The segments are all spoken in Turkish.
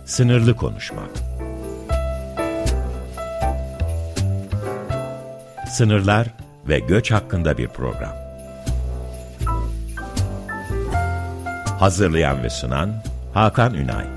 Sınırlı konuşmak. Sınırlar ve göç hakkında bir program. Hazırlayan ve sunan Hakan Ünay.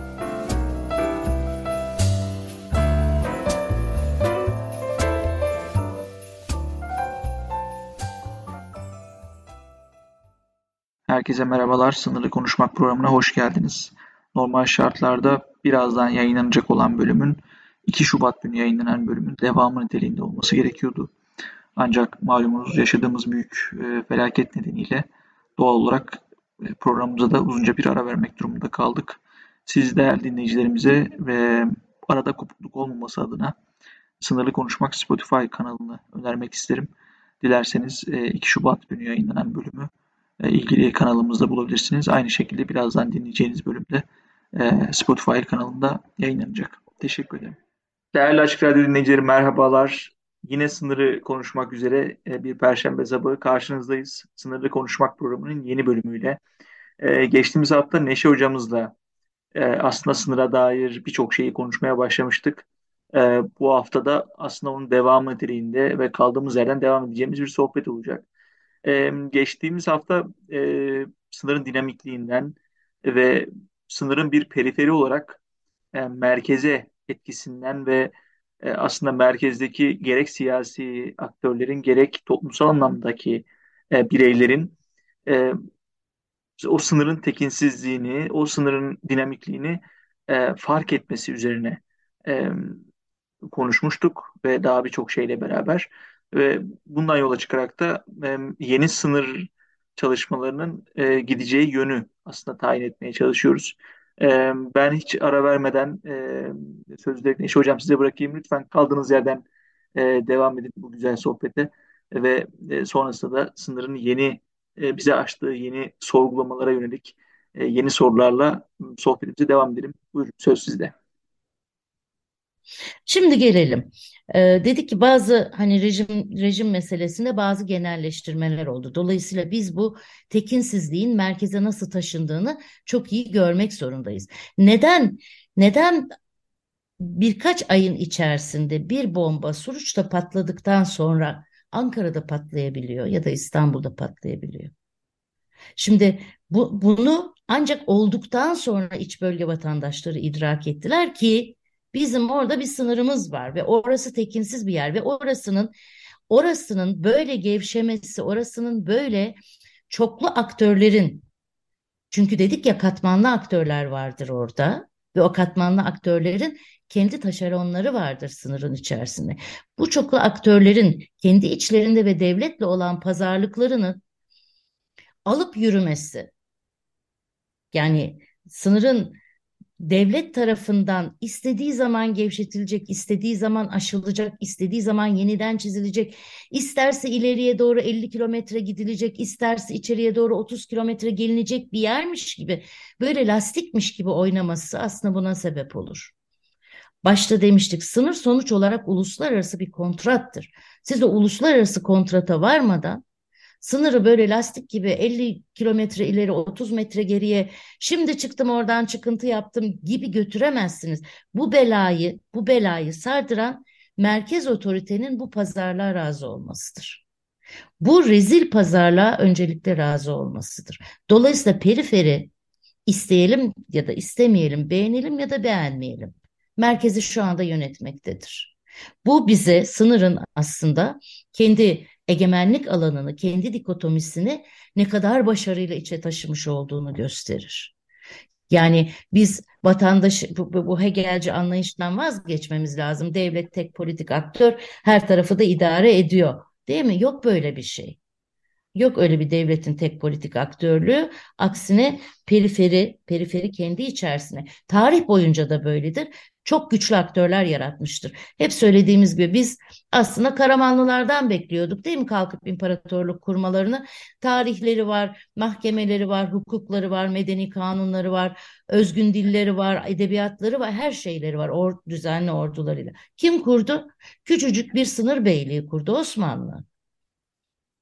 Herkese merhabalar. Sınırlı Konuşmak programına hoş geldiniz. Normal şartlarda birazdan yayınlanacak olan bölümün 2 Şubat günü yayınlanan bölümün devamı niteliğinde olması gerekiyordu. Ancak malumunuz yaşadığımız büyük felaket nedeniyle doğal olarak programımıza da uzunca bir ara vermek durumunda kaldık. Siz değerli dinleyicilerimize ve arada kopukluk olmaması adına Sınırlı Konuşmak Spotify kanalını önermek isterim. Dilerseniz 2 Şubat günü yayınlanan bölümü ilgili kanalımızda bulabilirsiniz. Aynı şekilde birazdan dinleyeceğiniz bölümde Spotify kanalında yayınlanacak. Teşekkür ederim. Değerli Açık Radyo dinleyicileri merhabalar. Yine sınırı konuşmak üzere bir Perşembe sabahı karşınızdayız. Sınırlı Konuşmak programının yeni bölümüyle. Geçtiğimiz hafta Neşe hocamızla aslında sınıra dair birçok şeyi konuşmaya başlamıştık. Bu haftada aslında onun devamı niteliğinde ve kaldığımız yerden devam edeceğimiz bir sohbet olacak. Geçtiğimiz hafta sınırın dinamikliğinden ve sınırın bir periferi olarak merkeze etkisinden ve aslında merkezdeki gerek siyasi aktörlerin gerek toplumsal anlamdaki bireylerin e, o sınırın tekinsizliğini, o sınırın dinamikliğini fark etmesi üzerine e, konuşmuştuk ve daha birçok şeyle beraber ve bundan yola çıkarak da yeni sınır çalışmalarının gideceği yönü aslında tayin etmeye çalışıyoruz. Ben hiç ara vermeden sözleri Neşe Hocam size bırakayım. Lütfen kaldığınız yerden devam edin bu güzel sohbete ve sonrasında da sınırın yeni bize açtığı yeni sorgulamalara yönelik yeni sorularla sohbetimize devam edelim. Buyurun söz sizde. Şimdi gelelim. Dedik ki bazı hani rejim meselesinde bazı genelleştirmeler oldu. Dolayısıyla biz bu tekinsizliğin merkeze nasıl taşındığını çok iyi görmek zorundayız. Neden birkaç ayın içerisinde bir bomba Suruç'ta patladıktan sonra Ankara'da patlayabiliyor ya da İstanbul'da patlayabiliyor? Şimdi bunu ancak olduktan sonra iç bölge vatandaşları idrak ettiler ki bizim orada bir sınırımız var ve orası tekinsiz bir yer ve orasının böyle gevşemesi, orasının böyle çoklu aktörlerin, çünkü dedik ya katmanlı aktörler vardır orada ve o katmanlı aktörlerin kendi taşeronları vardır sınırın içerisinde. Bu çoklu aktörlerin kendi içlerinde ve devletle olan pazarlıklarının alıp yürümesi, yani sınırın devlet tarafından istediği zaman gevşetilecek, istediği zaman aşılacak, istediği zaman yeniden çizilecek, isterse ileriye doğru 50 kilometre gidilecek, isterse içeriye doğru 30 kilometre gelinecek bir yermiş gibi, böyle lastikmiş gibi oynaması aslında buna sebep olur. Başta demiştik, sınır sonuç olarak uluslararası bir kontrattır. Siz o uluslararası kontrata varmadan sınırı böyle lastik gibi 50 kilometre ileri 30 metre geriye şimdi çıktım oradan çıkıntı yaptım gibi götüremezsiniz. Bu belayı sardıran merkez otoritenin bu pazarlığa razı olmasıdır. Bu rezil pazarlığa öncelikle razı olmasıdır. Dolayısıyla periferi isteyelim ya da istemeyelim, beğenelim ya da beğenmeyelim, merkezi şu anda yönetmektedir. Bu bize sınırın aslında kendi egemenlik alanını, kendi dikotomisini ne kadar başarıyla içe taşımış olduğunu gösterir. Yani biz bu Hegelci anlayıştan vazgeçmemiz lazım. Devlet tek politik aktör, her tarafı da idare ediyor. Değil mi? Yok böyle bir şey. Yok öyle bir devletin tek politik aktörlüğü. Aksine periferi kendi içerisine. Tarih boyunca da böyledir. Çok güçlü aktörler yaratmıştır. Hep söylediğimiz gibi biz aslında Karamanlılardan bekliyorduk değil mi kalkıp imparatorluk kurmalarını? Tarihleri var, mahkemeleri var, hukukları var, medeni kanunları var, özgün dilleri var, edebiyatları var, her şeyleri var, düzenli ordularıyla. Kim kurdu? Küçücük bir sınır beyliği kurdu, Osmanlı.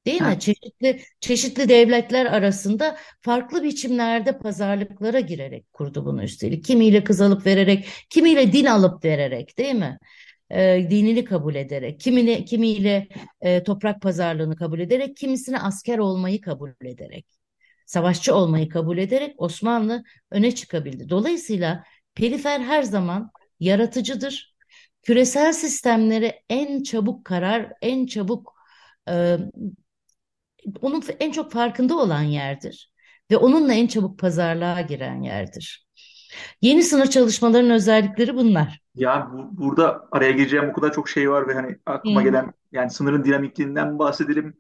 Değil Ha, mi? Çeşitli devletler arasında farklı biçimlerde pazarlıklara girerek kurdu bunu üstelik. Kimiyle kız alıp vererek, kimiyle din alıp vererek, değil mi? Dinini kabul ederek, kimiyle toprak pazarlığını kabul ederek, kimisine asker olmayı kabul ederek, savaşçı olmayı kabul ederek Osmanlı öne çıkabildi. Dolayısıyla perifer her zaman yaratıcıdır. Küresel sistemlere en çabuk karar, en çabuk e, onun en çok farkında olan yerdir ve onunla en çabuk pazarlığa giren yerdir. Yeni sınır çalışmalarının özellikleri bunlar. ya burada araya gireceğim o kadar çok şey var ve hani aklıma Hı. gelen, yani sınırın dinamikliğinden bahsedelim.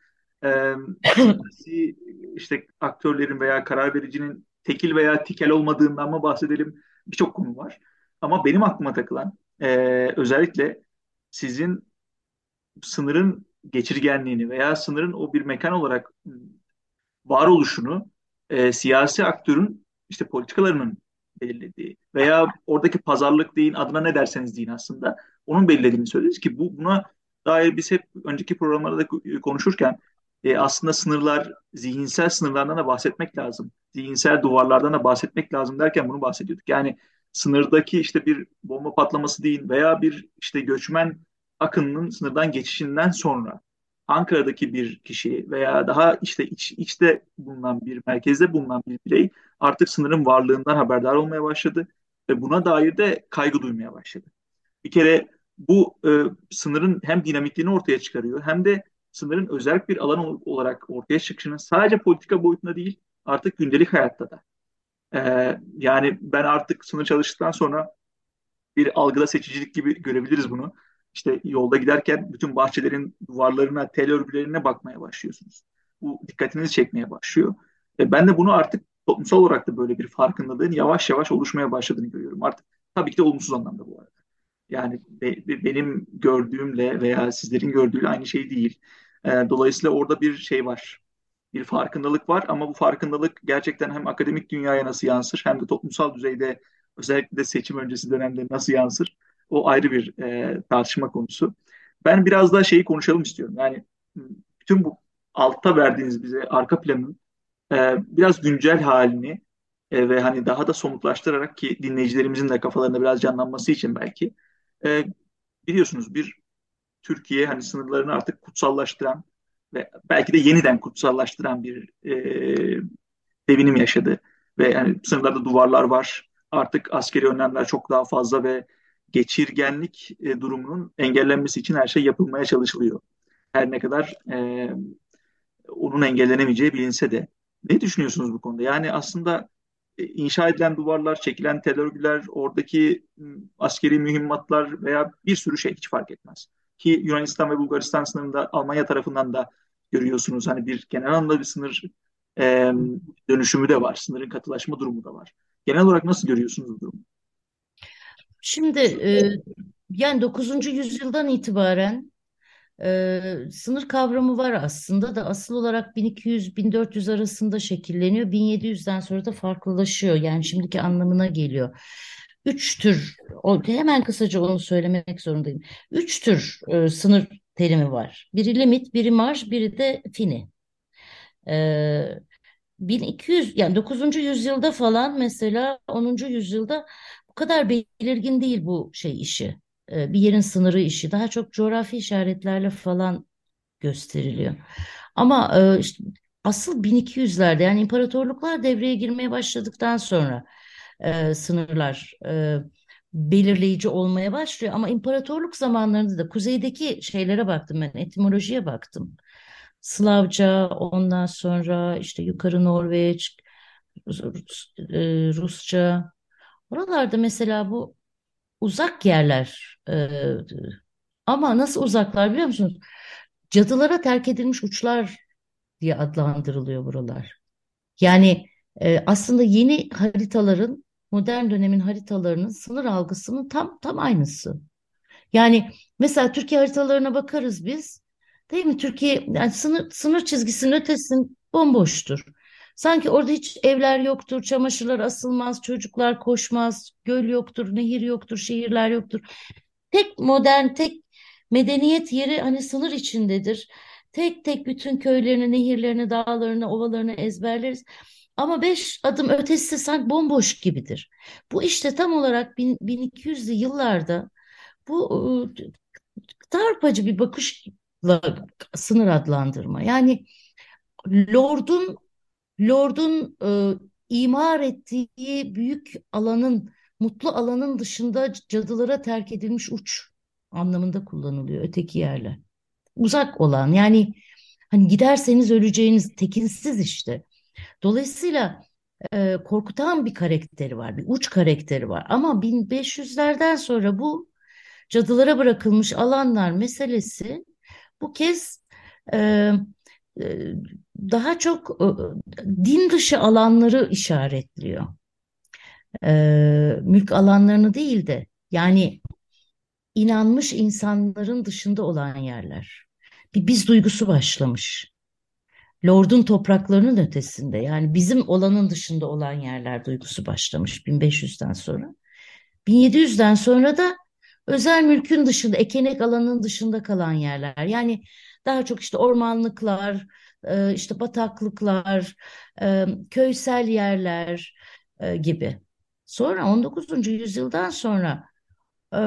Siyasi işte aktörlerin veya karar vericinin tekil veya tikel olmadığından mı bahsedelim? Birçok konu var. Ama benim aklıma takılan özellikle sizin sınırın geçirgenliğini veya sınırın o bir mekan olarak varoluşunu siyasi aktörün işte politikalarının belirlediği veya oradaki pazarlık deyin, adına ne derseniz deyin, aslında onun belirlediğini söyleriz ki buna dair biz hep önceki programlarda da konuşurken aslında sınırlar, zihinsel sınırlardan da bahsetmek lazım. Zihinsel duvarlardan da bahsetmek lazım derken bunu bahsediyorduk. Yani sınırdaki işte bir bomba patlaması deyin veya bir işte göçmen akınının sınırdan geçişinden sonra Ankara'daki bir kişi veya daha işte içte bulunan bir, merkezde bulunan bir birey artık sınırın varlığından haberdar olmaya başladı ve buna dair de kaygı duymaya başladı. Bir kere bu sınırın hem dinamikliğini ortaya çıkarıyor hem de sınırın özel bir alan olarak ortaya çıkışının sadece politika boyutunda değil, artık gündelik hayatta da. Yani ben artık sınır çalıştıktan sonra bir algıda seçicilik gibi görebiliriz bunu. İşte yolda giderken bütün bahçelerin duvarlarına, tel örgülerine bakmaya başlıyorsunuz. Bu dikkatinizi çekmeye başlıyor. Ben de bunu artık toplumsal olarak da böyle bir farkındalığın yavaş yavaş oluşmaya başladığını görüyorum. Artık tabii ki de olumsuz anlamda bu arada. Yani benim gördüğümle veya sizlerin gördüğüyle aynı şey değil. Dolayısıyla orada bir şey var, bir farkındalık var ama bu farkındalık gerçekten hem akademik dünyaya nasıl yansır hem de toplumsal düzeyde özellikle de seçim öncesi dönemde nasıl yansır, o ayrı bir tartışma konusu. Ben biraz daha şeyi konuşalım istiyorum. Yani bütün bu altta verdiğiniz bize arka planın biraz güncel halini ve hani daha da somutlaştırarak ki dinleyicilerimizin de kafalarında biraz canlanması için belki e, biliyorsunuz bir Türkiye hani sınırlarını artık kutsallaştıran ve belki de yeniden kutsallaştıran bir devinim yaşadı. Ve yani sınırlarda duvarlar var. Artık askeri önlemler çok daha fazla ve geçirgenlik durumunun engellenmesi için her şey yapılmaya çalışılıyor. Her ne kadar onun engellenemeyeceği bilinse de. Ne düşünüyorsunuz bu konuda? Yani aslında inşa edilen duvarlar, çekilen tel örgüler, oradaki askeri mühimmatlar veya bir sürü şey hiç fark etmez. Ki Yunanistan ve Bulgaristan sınırında Almanya tarafından da görüyorsunuz. Hani bir genel anlamda bir sınır e, dönüşümü de var. Sınırın katılaşma durumu da var. Genel olarak nasıl görüyorsunuz bu durumu? Şimdi yani 9. yüzyıldan itibaren sınır kavramı var aslında da asıl olarak 1200-1400 arasında şekilleniyor. 1700'den sonra da farklılaşıyor. Yani şimdiki anlamına geliyor. Üç tür, hemen kısaca onu söylemek zorundayım. Üç tür sınır terimi var. Biri limit, biri marj, biri de fini. Ee, 1200 yani 9. yüzyılda falan mesela 10. yüzyılda bu kadar belirgin değil bu şey işi. Bir yerin sınırı işi daha çok coğrafi işaretlerle falan gösteriliyor. Ama işte asıl 1200'lerde yani imparatorluklar devreye girmeye başladıktan sonra sınırlar belirleyici olmaya başlıyor. Ama imparatorluk zamanlarında da kuzeydeki şeylere baktım ben, etimolojiye baktım. Slavca, ondan sonra işte yukarı Norveç, Rusça. Oralarda mesela bu uzak yerler. Ama nasıl uzaklar biliyor musunuz? Cadılara terk edilmiş uçlar diye adlandırılıyor buralar. Yani aslında yeni haritaların, modern dönemin haritalarının sınır algısının tam aynısı. Yani mesela Türkiye haritalarına bakarız biz. Değil mi? Türkiye yani sınır çizgisinin ötesin bomboştur. Sanki orada hiç evler yoktur, çamaşırlar asılmaz, çocuklar koşmaz, göl yoktur, nehir yoktur, şehirler yoktur. Tek modern, tek medeniyet yeri hani sınır içindedir. tek tek bütün köylerini, nehirlerini, dağlarını, ovalarını ezberleriz. Ama 5 adım ötesi sanki bomboş gibidir. Bu işte tam olarak 1200'lü yıllarda bu Avrupacı bir bakışla sınır adlandırma. Yani Lord'un imar ettiği büyük alanın, mutlu alanın dışında cadılara terk edilmiş uç anlamında kullanılıyor öteki yerler. Uzak olan yani hani giderseniz öleceğiniz tekinsiz işte. Dolayısıyla korkutan bir karakteri var, bir uç karakteri var. Ama 1500'lerden sonra bu cadılara bırakılmış alanlar meselesi bu kez e, e, daha çok din dışı alanları işaretliyor. Mülk alanlarını değil de yani inanmış insanların dışında olan yerler. Bir biz duygusu başlamış. Lord'un topraklarının ötesinde yani bizim olanın dışında olan yerler duygusu başlamış 1500'den sonra. 1700'den sonra da özel mülkün dışında, ekenek alanının dışında kalan yerler. Yani daha çok işte ormanlıklar, işte bataklıklar, köysel yerler gibi. Sonra 19. yüzyıldan sonra e,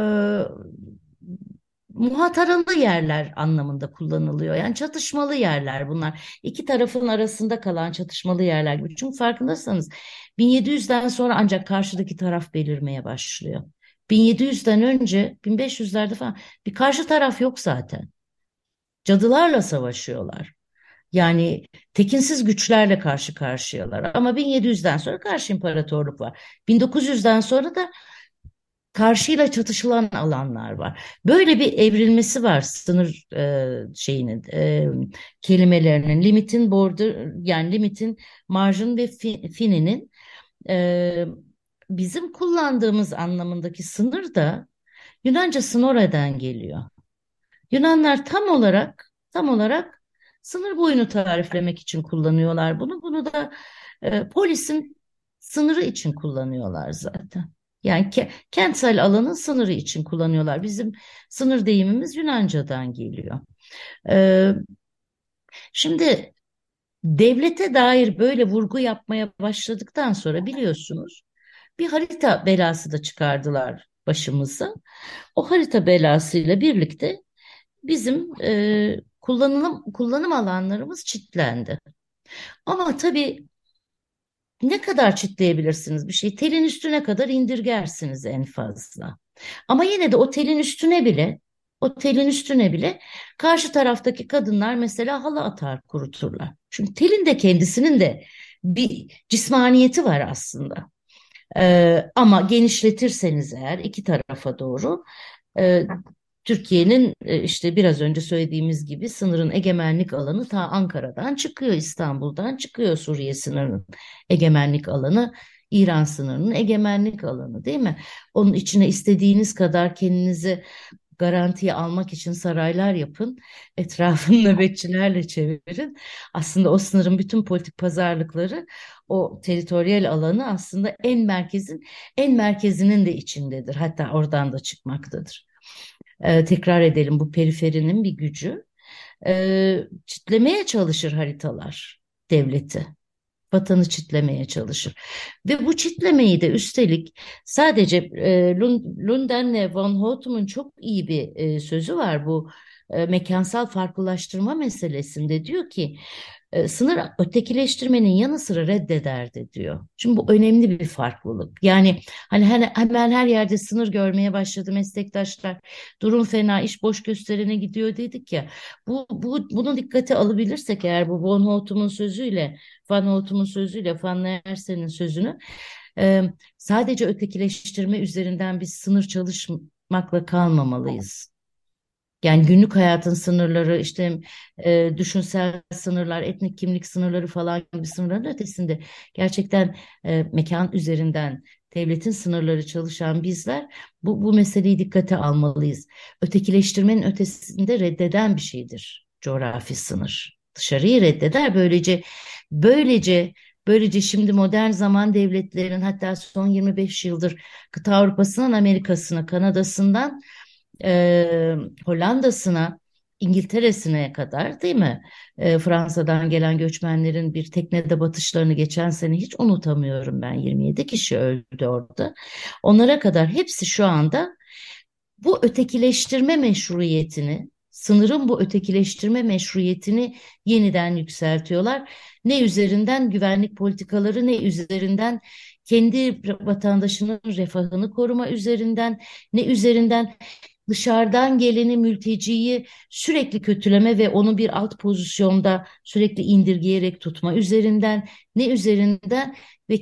muhataralı yerler anlamında kullanılıyor. Yani çatışmalı yerler bunlar. İki tarafın arasında kalan çatışmalı yerler gibi. Çünkü farkındaysanız 1700'den sonra ancak karşıdaki taraf belirmeye başlıyor. 1700'den önce 1500'lerde falan bir karşı taraf yok zaten. Cadılarla savaşıyorlar. Yani tekinsiz güçlerle karşı karşıyalar. Ama 1700'den sonra karşı imparatorluk var. 1900'den sonra da karşıyla çatışılan alanlar var. Böyle bir evrilmesi var sınır şeyinin kelimelerinin limitin border yani limitin marjin ve fininin e, bizim kullandığımız anlamındaki sınır da Yunanca sinore'den geliyor. Yunanlar tam olarak sınır boyunu tariflemek için kullanıyorlar bunu. Bunu da polisin sınırı için kullanıyorlar zaten. Yani kentsel alanın sınırı için kullanıyorlar. Bizim sınır deyimimiz Yunanca'dan geliyor. E, Şimdi devlete dair böyle vurgu yapmaya başladıktan sonra biliyorsunuz bir harita belası da çıkardılar başımıza. O harita belasıyla birlikte bizim kullanım alanlarımız çitlendi. Ama tabii ne kadar çitleyebilirsiniz bir şey? Telin üstüne kadar indirgersiniz en fazla. Ama yine de o telin üstüne bile karşı taraftaki kadınlar mesela halı atar kuruturlar. Çünkü telin de kendisinin de bir cismaniyeti var aslında. Ama genişletirseniz eğer iki tarafa doğru e, Türkiye'nin işte biraz önce söylediğimiz gibi sınırın egemenlik alanı ta Ankara'dan çıkıyor, İstanbul'dan çıkıyor Suriye sınırının egemenlik alanı, İran sınırının egemenlik alanı değil mi? Onun içine istediğiniz kadar kendinizi garantiye almak için saraylar yapın, etrafını nöbetçilerle çevirin. Aslında o sınırın bütün politik pazarlıkları o teritoriyel alanı aslında en merkezinin de içindedir. Hatta oradan da çıkmaktadır. Tekrar edelim bu periferinin bir gücü. Çitlemeye çalışır haritalar devleti. Vatanı çitlemeye çalışır. Ve bu çitlemeyi de üstelik sadece Lunden'le Von Houtum'un çok iyi bir sözü var bu mekansal farklılaştırma meselesinde diyor ki sınır ötekileştirmenin yanı sıra reddeder de diyor. Şimdi bu önemli bir farklılık. Yani hani hemen her yerde sınır görmeye başladı meslektaşlar. Durum fena, iş boş gösterene gidiyor dedik ya. Bunu dikkate alabilirsek eğer bu Van Houtum'un sözüyle Van Nersen'in sözünü sadece ötekileştirme üzerinden biz sınır çalışmakla kalmamalıyız. Yani günlük hayatın sınırları, işte düşünsel sınırlar, etnik kimlik sınırları falan gibi sınırların ötesinde gerçekten mekan üzerinden devletin sınırları çalışan bizler bu meseleyi dikkate almalıyız. Ötekileştirmenin ötesinde reddeden bir şeydir coğrafi sınır. Dışarıyı reddeder. Böylece şimdi modern zaman devletlerin hatta son 25 yıldır kıta Avrupa'sından Amerika'sına, Kanada'sından Hollanda'sına İngiltere'sine kadar, değil mi? Fransa'dan gelen göçmenlerin bir teknede batışlarını geçen sene hiç unutamıyorum ben. 27 kişi öldü orada. Onlara kadar hepsi şu anda bu ötekileştirme meşruiyetini, sınırın bu ötekileştirme meşruiyetini yeniden yükseltiyorlar. Ne üzerinden güvenlik politikaları, ne üzerinden kendi vatandaşının refahını koruma üzerinden, ne üzerinden dışarıdan geleni, mülteciyi sürekli kötüleme ve onu bir alt pozisyonda sürekli indirgeyerek tutma üzerinden, ne üzerinden ve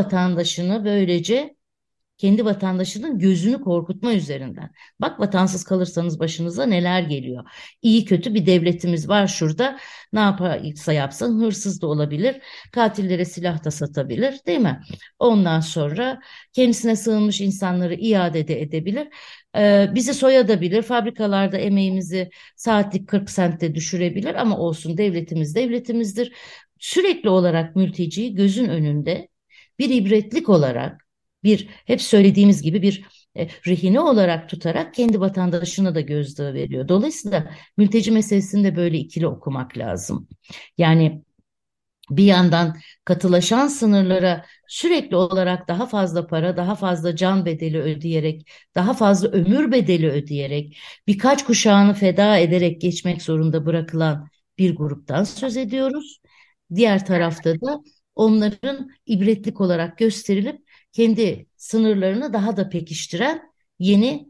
kendi vatandaşının gözünü korkutma üzerinden. Bak, vatansız kalırsanız başınıza neler geliyor. İyi kötü bir devletimiz var şurada. Ne yaparsa yapsın hırsız da olabilir, katillere silah da satabilir, değil mi? Ondan sonra kendisine sığınmış insanları iade de edebilir. Bizi soyabilir, fabrikalarda emeğimizi saatlik 40 sente düşürebilir ama olsun, devletimiz devletimizdir. Sürekli olarak mülteciyi gözün önünde bir ibretlik olarak, bir hep söylediğimiz gibi bir rehine olarak tutarak kendi vatandaşına da gözdağı veriyor. Dolayısıyla mülteci meselesini de böyle ikili okumak lazım. Yani bir yandan katılaşan sınırlara sürekli olarak daha fazla para, daha fazla can bedeli ödeyerek, daha fazla ömür bedeli ödeyerek, birkaç kuşağını feda ederek geçmek zorunda bırakılan bir gruptan söz ediyoruz. Diğer tarafta da onların ibretlik olarak gösterilip kendi sınırlarını daha da pekiştiren yeni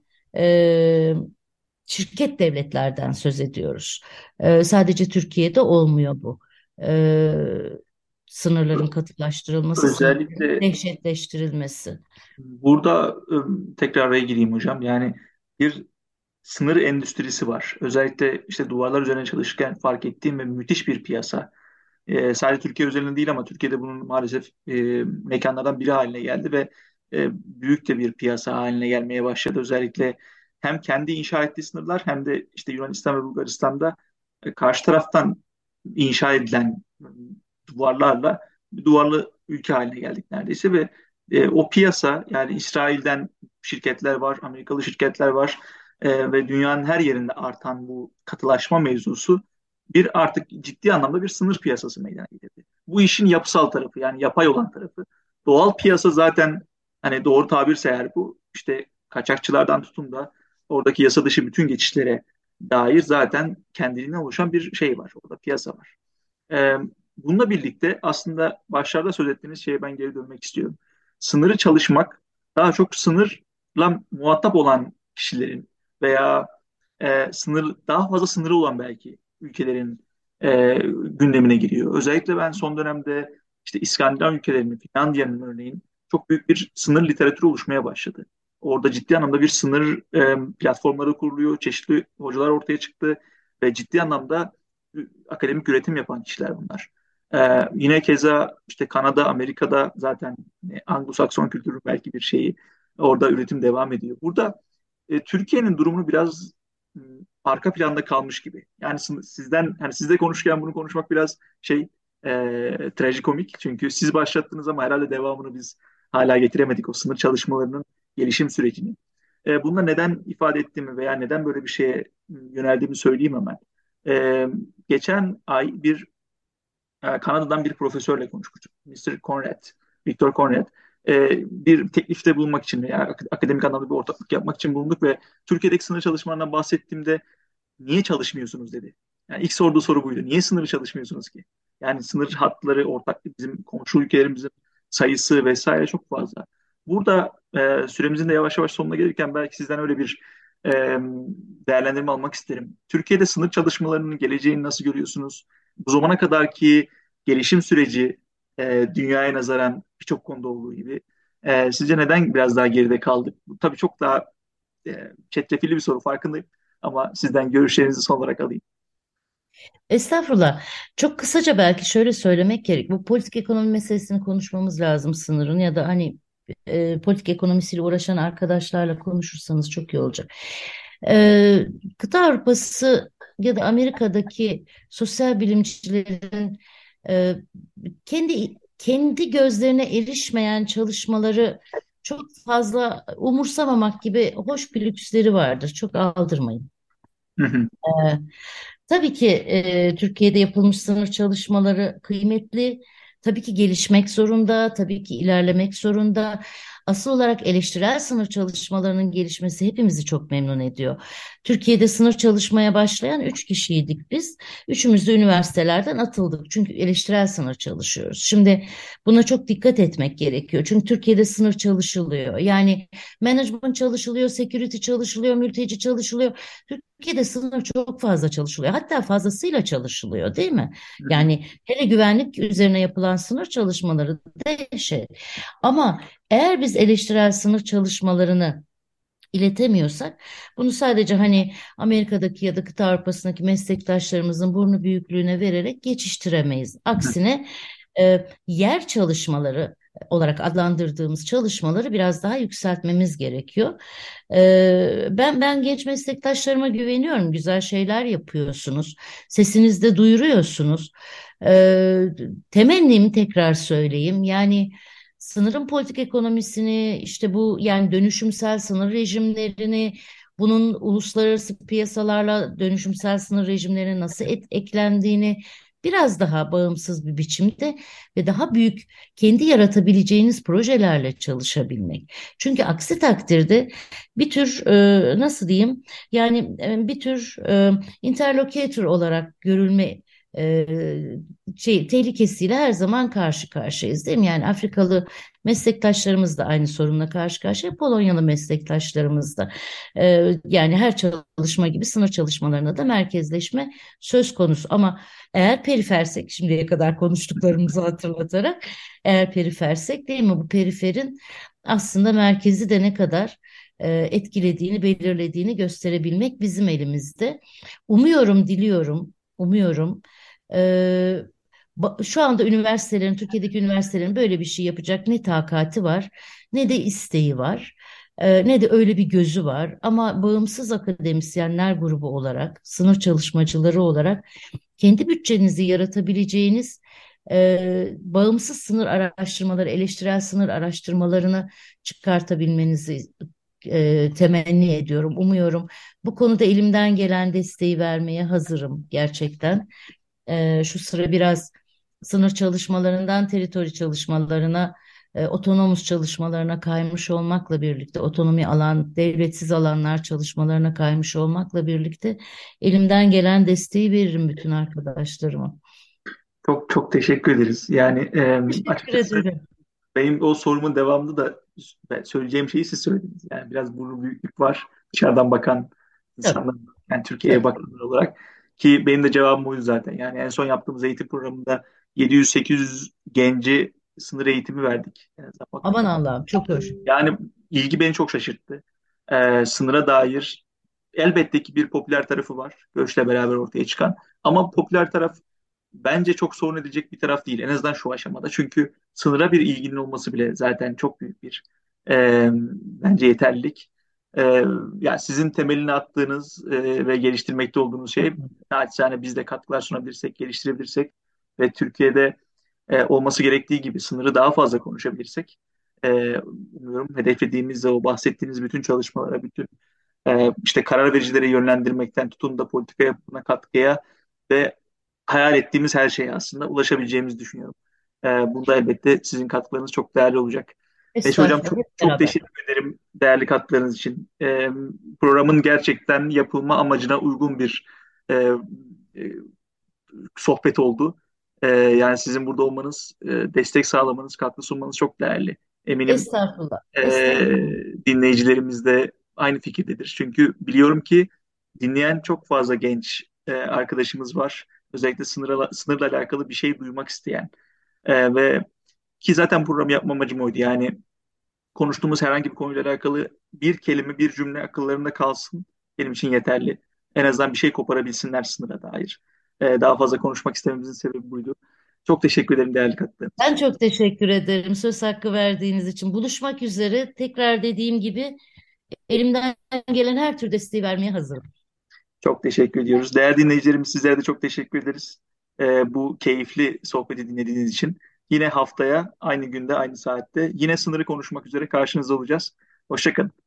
şirket devletlerden söz ediyoruz. Sadece Türkiye'de olmuyor bu. E, Sınırların katılaştırılması, sınırların Özellikle dehşetleştirilmesi. burada tekrar araya gireyim hocam. Yani bir sınır endüstrisi var. Özellikle işte duvarlar üzerine çalışırken fark ettiğim ve müthiş bir piyasa. Sadece Türkiye üzerinde değil ama Türkiye'de bunun maalesef mekanlardan biri haline geldi ve büyük de bir piyasa haline gelmeye başladı. Özellikle hem kendi inşa ettiği sınırlar hem de işte Yunanistan ve Bulgaristan'da karşı taraftan inşa edilen duvarlarla bir duvarlı ülke haline geldik neredeyse ve o piyasa, yani İsrail'den şirketler var, Amerikalı şirketler var ve dünyanın her yerinde artan bu katılaşma mevzusu bir artık ciddi anlamda bir sınır piyasası meydana getirdi. Bu işin yapısal tarafı, yani yapay olan tarafı. Doğal piyasa zaten, hani doğru tabirse eğer, bu işte kaçakçılardan tutun da oradaki yasa dışı bütün geçişlere dair zaten kendiliğinden oluşan bir şey var. Orada piyasa var. Ee, Bununla birlikte aslında başlarda söz ettiğiniz şeye ben geri dönmek istiyorum. Sınırı çalışmak daha çok sınırla muhatap olan kişilerin veya daha fazla sınırı olan belki ülkelerin gündemine giriyor. Özellikle ben son dönemde işte İskandinav ülkelerinin, Finlandiya'nın örneğin çok büyük bir sınır literatürü oluşmaya başladı. Orada ciddi anlamda bir sınır platformları kuruluyor, çeşitli hocalar ortaya çıktı ve ciddi anlamda akademik üretim yapan kişiler bunlar. Yine keza işte Kanada, Amerika'da zaten Anglo-Sakson kültürün belki bir şeyi, orada üretim devam ediyor. Burada Türkiye'nin durumunu biraz arka planda kalmış gibi. Yani sizden, hani sizle konuşurken bunu konuşmak biraz trajikomik. Çünkü siz başlattınız ama herhalde devamını biz hala getiremedik, o sınır çalışmalarının gelişim sürecini. Bununla neden ifade ettiğimi veya neden böyle bir şeye yöneldiğimi söyleyeyim hemen. Geçen ay Kanada'dan bir profesörle konuşmuştuk. Mr. Conrad, Victor Conrad. Bir teklifte bulunmak için veya akademik anlamda bir ortaklık yapmak için bulunduk ve Türkiye'deki sınır çalışmalarından bahsettiğimde niye çalışmıyorsunuz dedi. Yani ilk sorduğu soru buydu. Niye sınırı çalışmıyorsunuz ki? Yani sınır hatları, ortak bizim komşu ülkelerimizin sayısı vesaire çok fazla. Burada süremizin de yavaş yavaş sonuna gelirken belki sizden öyle bir e, değerlendirme almak isterim. Türkiye'de sınır çalışmalarının geleceğini nasıl görüyorsunuz? Bu zamana kadarki gelişim süreci dünyaya nazaran birçok konuda olduğu gibi sizce neden biraz daha geride kaldık? Bu tabii çok daha çetrefilli bir soru, farkındayım. Ama sizden görüşlerinizi son olarak alayım. Estağfurullah. Çok kısaca belki şöyle söylemek gerek. Bu politik ekonomi meselesini konuşmamız lazım, sınırın ya da hani politik ekonomisiyle uğraşan arkadaşlarla konuşursanız çok iyi olacak. Kıta Avrupası ya da Amerika'daki sosyal bilimcilerin e, kendi gözlerine erişmeyen çalışmaları çok fazla umursamamak gibi hoş bir lüksleri vardır. Çok aldırmayın. Hı hı. Ee, Tabii ki Türkiye'de yapılmış sınır çalışmaları kıymetli. Tabii ki gelişmek zorunda, tabii ki ilerlemek zorunda. Asıl olarak eleştirel sınır çalışmalarının gelişmesi hepimizi çok memnun ediyor. Türkiye'de sınır çalışmaya başlayan 3 kişiydik biz. Üçümüz de üniversitelerden atıldık. Çünkü eleştirel sınır çalışıyoruz. Şimdi buna çok dikkat etmek gerekiyor. Çünkü Türkiye'de sınır çalışılıyor. Yani management çalışılıyor, security çalışılıyor, mülteci çalışılıyor. Türkiye'de sınır çok fazla çalışılıyor. Hatta fazlasıyla çalışılıyor, değil mi? Hı hı. Yani hele güvenlik üzerine yapılan sınır çalışmaları dehşet. Ama eğer biz eleştirel sınır çalışmalarını iletemiyorsak bunu sadece hani Amerika'daki ya da kıta Avrupa'sındaki meslektaşlarımızın burnu büyüklüğüne vererek geçiştiremeyiz. Aksine yer çalışmaları olarak adlandırdığımız çalışmaları biraz daha yükseltmemiz gerekiyor. Ben genç meslektaşlarıma güveniyorum. Güzel şeyler yapıyorsunuz. Sesinizi de duyuruyorsunuz. E, Temennim tekrar söyleyeyim. Yani sınırın politik ekonomisini, işte bu yani dönüşümsel sınır rejimlerini, bunun uluslararası piyasalarla dönüşümsel sınır rejimlerine nasıl eklendiğini biraz daha bağımsız bir biçimde ve daha büyük kendi yaratabileceğiniz projelerle çalışabilmek. Çünkü aksi takdirde bir tür nasıl diyeyim, yani bir tür interlocutor olarak görülme e, tehlikesiyle her zaman karşı karşıyayız, değil mi? Yani Afrikalı meslektaşlarımız da aynı sorunla karşı karşıya, Polonyalı meslektaşlarımız da. Yani her çalışma gibi sınır çalışmalarına da merkezleşme söz konusu. Ama eğer perifersek, şimdiye kadar konuştuklarımızı hatırlatarak, eğer perifersek, değil mi? Bu periferin aslında merkezi de ne kadar etkilediğini, belirlediğini gösterebilmek bizim elimizde. Umuyorum, diliyorum, umuyorum. Ee, Şu anda üniversitelerin, Türkiye'deki üniversitelerin böyle bir şey yapacak ne takati var, ne de isteği var, ne de öyle bir gözü var. Ama bağımsız akademisyenler grubu olarak, sınır çalışmacıları olarak kendi bütçenizi yaratabileceğiniz bağımsız sınır araştırmaları, eleştirel sınır araştırmalarını çıkartabilmenizi temenni ediyorum, umuyorum. Bu konuda elimden gelen desteği vermeye hazırım gerçekten. Şu sıra biraz sınır çalışmalarından teritori çalışmalarına, otonomus çalışmalarına kaymış olmakla birlikte, otonomi alan, devletsiz alanlar çalışmalarına kaymış olmakla birlikte elimden gelen desteği veririm bütün arkadaşlarıma. Çok çok teşekkür ederiz. Yani Teşekkür açıkçası ederim. benim o sorumun devamında da ben söyleyeceğim şeyi siz söylediniz. Yani biraz burnu büyüklük var dışarıdan bakan Tabii, insanlar, yani Türkiye'ye tabii. bakanlar olarak, ki benim de cevabım oydu zaten. Yani en son yaptığımız eğitim programında 700-800 genci sınır eğitimi verdik. En azından Aman bakanlık. Allah'ım, çok hoş. Yani ilgi beni çok şaşırttı. Sınıra dair elbette ki bir popüler tarafı var. Göçle beraber ortaya çıkan. Ama popüler taraf bence çok sorun edilecek bir taraf değil. En azından şu aşamada. Çünkü sınıra bir ilginin olması bile zaten çok büyük bir bence yeterlilik. Yani sizin temelini attığınız ve geliştirmekte olduğunuz şey, naçizane biz de katkılar sunabilirsek, geliştirebilirsek ve Türkiye'de olması gerektiği gibi sınırı daha fazla konuşabilirsek, umuyorum hedeflediğimiz ve o bahsettiğiniz bütün çalışmalara, bütün işte karar vericilere yönlendirmekten tutun da politika yapımına, katkıya ve hayal ettiğimiz her şeye aslında ulaşabileceğimizi düşünüyorum. Bunda elbette sizin katkılarınız çok değerli olacak. Neşe Hocam, Estağfurullah, çok hep çok beraber. teşekkür ederim değerli katkılarınız için. Programın gerçekten yapılma amacına uygun bir e, e, sohbet oldu. Yani sizin burada olmanız, destek sağlamanız, katkı sunmanız çok değerli. Eminim Estağfurullah, e, estağfurullah. dinleyicilerimiz de aynı fikirdedir. Çünkü biliyorum ki dinleyen çok fazla genç arkadaşımız var. Özellikle sınırla alakalı bir şey duymak isteyen. Ve ki zaten program yapma amacım oydu. Yani konuştuğumuz herhangi bir konuyla alakalı bir kelime, bir cümle akıllarında kalsın. Benim için yeterli. En azından bir şey koparabilsinler sınıra dair. Daha fazla konuşmak istememizin sebebi buydu. Çok teşekkür ederim değerli katkılarınız Ben için. çok teşekkür ederim söz hakkı verdiğiniz için. Buluşmak üzere. Tekrar dediğim gibi elimden gelen her tür desteği vermeye hazırım. Çok teşekkür ediyoruz. Değerli dinleyicilerimiz, sizlere de çok teşekkür ederiz. Bu keyifli sohbeti dinlediğiniz için. Yine haftaya aynı günde aynı saatte yine sınırı konuşmak üzere karşınızda olacağız. Hoşça kalın.